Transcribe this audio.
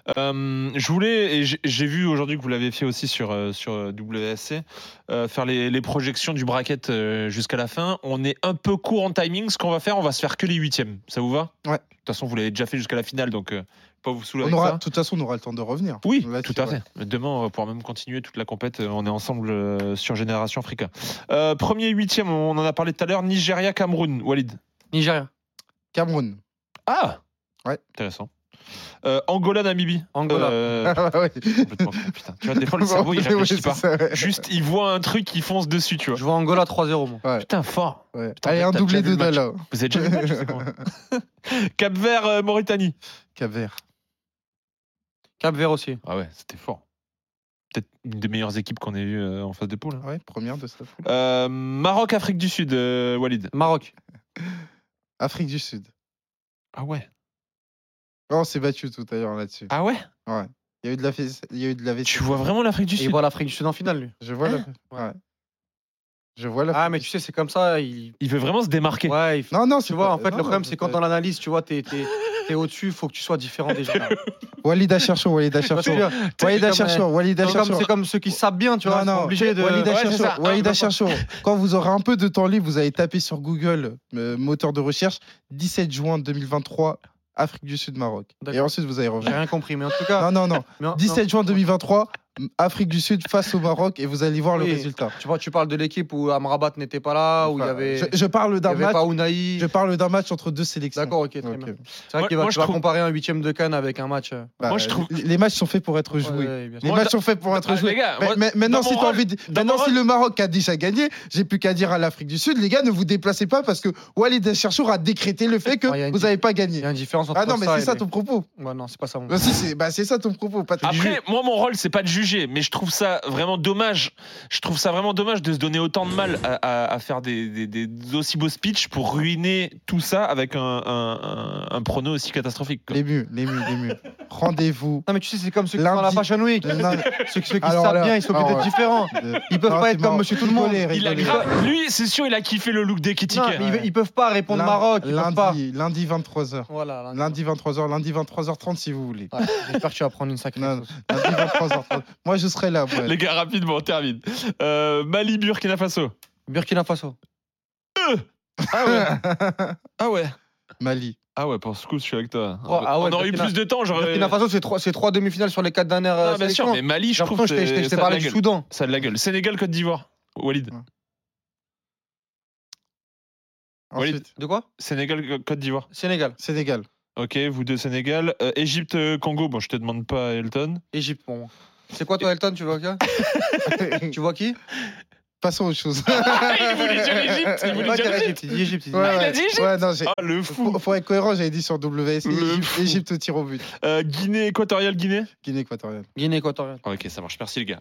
Je voulais, et j'ai vu aujourd'hui que vous l'avez fait aussi sur WSC, faire les projections du bracket jusqu'à la fin. On est un peu court en timing. Ce qu'on va faire, on va se faire que les huitièmes. Ça vous va ? Ouais. De toute façon, vous l'avez déjà fait jusqu'à la finale, donc pas vous saouler De avec ça. toute façon, on aura le temps de revenir. Oui, tout à fait. Demain, on va pouvoir même continuer toute la compète. On est ensemble sur Génération Africa. Premier huitième, on en a parlé tout à l'heure. Nigeria, Cameroun. Walid. Nigeria. Cameroun. Ah. Ouais. Intéressant. Angola, Namibie. Angola. Ouais. Complètement fou, putain. Tu vois, des fois, le cerveau, il réfléchit pas. Ça, ouais. Juste, il voit un truc, il fonce dessus, tu vois. Je vois Angola 3-0, moi. Ouais. Putain, fort. Ouais. Putain, Allez, un t'as doublé déjà vu de le match. Dalla. Vous avez déjà vu le match, c'est quoi Cap-Vert, Mauritanie. Cap-Vert. Cap-Vert aussi. Ah ouais, c'était fort. Peut-être une des meilleures équipes qu'on ait eues en phase de poule. Ouais, première de sa poule. Maroc, Afrique du Sud, Walid. Maroc. Afrique du Sud. Ah ouais. Oh, on s'est battu tout à l'heure là-dessus. Ah ouais. Ouais. Il y a eu de la vaisselle. Tu vois vraiment l'Afrique du Et il Sud. voit l'Afrique du Sud en finale, lui. Je vois la. Ouais. Je vois la. Ah, mais tu sais, c'est comme ça. Il veut vraiment se démarquer. Ouais, Non, tu vois, en fait, le problème, c'est quand dans l'analyse, tu vois, t'es au-dessus, il faut que tu sois différent des gens. Walid Cherchour. C'est comme ceux qui savent bien, tu vois. Ils sont obligés de. Walid Cherchour. Quand vous aurez un peu de temps libre, vous allez taper sur Google, moteur de recherche, 17 juin 2023, Afrique du Sud, Maroc. Et ensuite, vous allez J'ai revenir. rien compris, mais en tout cas. Non. Mais 17 juin 2023, Afrique du Sud face au Maroc, et vous allez voir le résultat. Tu vois, tu parles de l'équipe où Amrabat n'était pas là, où il y avait. Je parle d'un match. Pas Ounahi. Je parle d'un match entre deux sélections. D'accord, ok, très bien. C'est vrai qu'il va comparer un huitième de Cannes avec un match. Moi, je trouve les matchs sont faits pour être joués. Les matchs sont faits pour être joués. Les gars, maintenant, si t'as envie, maintenant, si le Maroc a déjà gagné, j'ai plus qu'à dire à l'Afrique du Sud, les gars, ne vous déplacez pas parce que Walid Cherchour a décrété le fait que vous n'avez pas gagné. Il y a une différence entre ça. Ah non, mais c'est ça ton propos. Ouais, non, c'est pas ça. C'est ça ton propos. Après, moi, mon rôle, c'est pas de juger, mais je trouve ça vraiment dommage. Je trouve ça vraiment dommage de se donner autant de mal à faire des aussi beaux speeches pour ruiner tout ça avec un prono aussi catastrophique. Les murs. Rendez-vous. Non, mais tu sais, c'est comme ceux qui sont à la Fashion Week. Ceux qui savent bien, ils sont obligés d'être différents. Ils peuvent pas être comme monsieur tout le monde. Lui, c'est sûr, il a kiffé le look des critiques. Ils peuvent pas répondre Maroc. Lundi 23h. Voilà. Lundi 23h30 si vous voulez. J'espère que tu vas prendre une sacrée. Lundi 23h30. Moi, je serai là. Les gars, rapidement, on termine. Mali, Burkina Faso. Burkina Faso. Ah ouais. Mali. Ah ouais, pour ce coup, je suis avec toi. On aurait eu plus de temps. Burkina Faso, c'est trois demi-finales sur les 4 dernières bien sûr, mais Mali, je trouve que je t'ai parlé du Soudan. Ça a de la gueule. Sénégal, Côte d'Ivoire. Walid. Ensuite. De quoi ? Sénégal, Côte d'Ivoire. Sénégal. Ok, vous deux Sénégal. Égypte, Congo. Bon, je te demande pas, Elton. Égypte, pour moi. C'est quoi toi, Elton ? Tu vois qui ? Tu vois qui ? Passons aux choses. Il voulait dire Égypte. Il dit Égypte. Il a dit Égypte. Ouais, non, le fou. Faut être cohérent, j'avais dit sur WSC. Égypte au tir au but. Guinée équatoriale, Guinée Guinée équatoriale. Guinée équatoriale. Ok, ça marche. Merci les gars.